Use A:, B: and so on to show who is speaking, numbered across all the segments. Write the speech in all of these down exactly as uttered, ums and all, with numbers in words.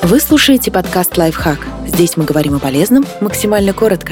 A: Вы слушаете подкаст «Лайфхак». Здесь мы говорим о полезном максимально коротко.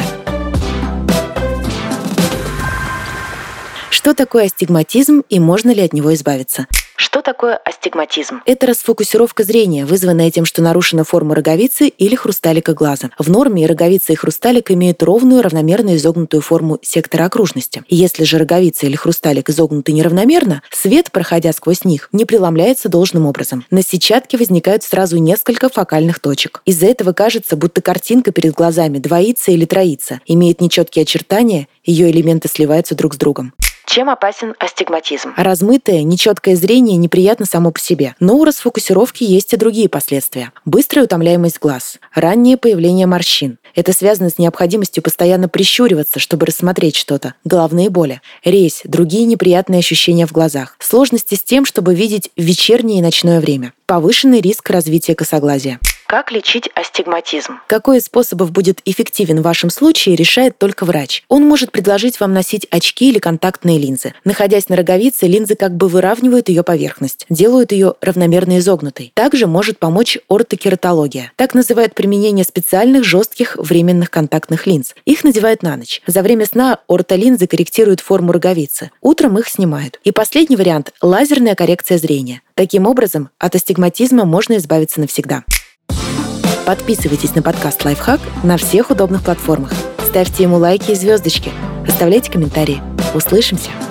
A: Что такое астигматизм и можно ли от него избавиться? Что такое астигматизм? Это расфокусировка зрения, вызванная тем, что нарушена форма роговицы или хрусталика глаза. В норме и роговица, и хрусталик имеют ровную, равномерно изогнутую форму сектора окружности. Если же роговица или хрусталик изогнуты неравномерно, свет, проходя сквозь них, не преломляется должным образом. На сетчатке возникают сразу несколько фокальных точек. Из-за этого кажется, будто картинка перед глазами двоится или троится, имеет нечеткие очертания, ее элементы сливаются друг с другом. Чем опасен астигматизм? Размытое, нечеткое зрение неприятно само по себе, но у расфокусировки есть и другие последствия. Быстрая утомляемость глаз, раннее появление морщин. Это связано с необходимостью постоянно прищуриваться, чтобы рассмотреть что-то. Головные боли, резь, другие неприятные ощущения в глазах. Сложности с тем, чтобы видеть в вечернее и ночное время. Повышенный риск развития косоглазия. Как лечить астигматизм? Какой из способов будет эффективен в вашем случае, решает только врач. Он может предложить вам носить очки или контактные линзы. Находясь на роговице, линзы как бы выравнивают ее поверхность, делают ее равномерно изогнутой. Также может помочь ортокератология. Так называют применение специальных жестких временных контактных линз. Их надевают на ночь. За время сна ортолинзы корректируют форму роговицы. Утром их снимают. И последний вариант – лазерная коррекция зрения. Таким образом, от астигматизма можно избавиться навсегда. Подписывайтесь на подкаст «Лайфхак» на всех удобных платформах. Ставьте ему лайки и звездочки. Оставляйте комментарии. Услышимся!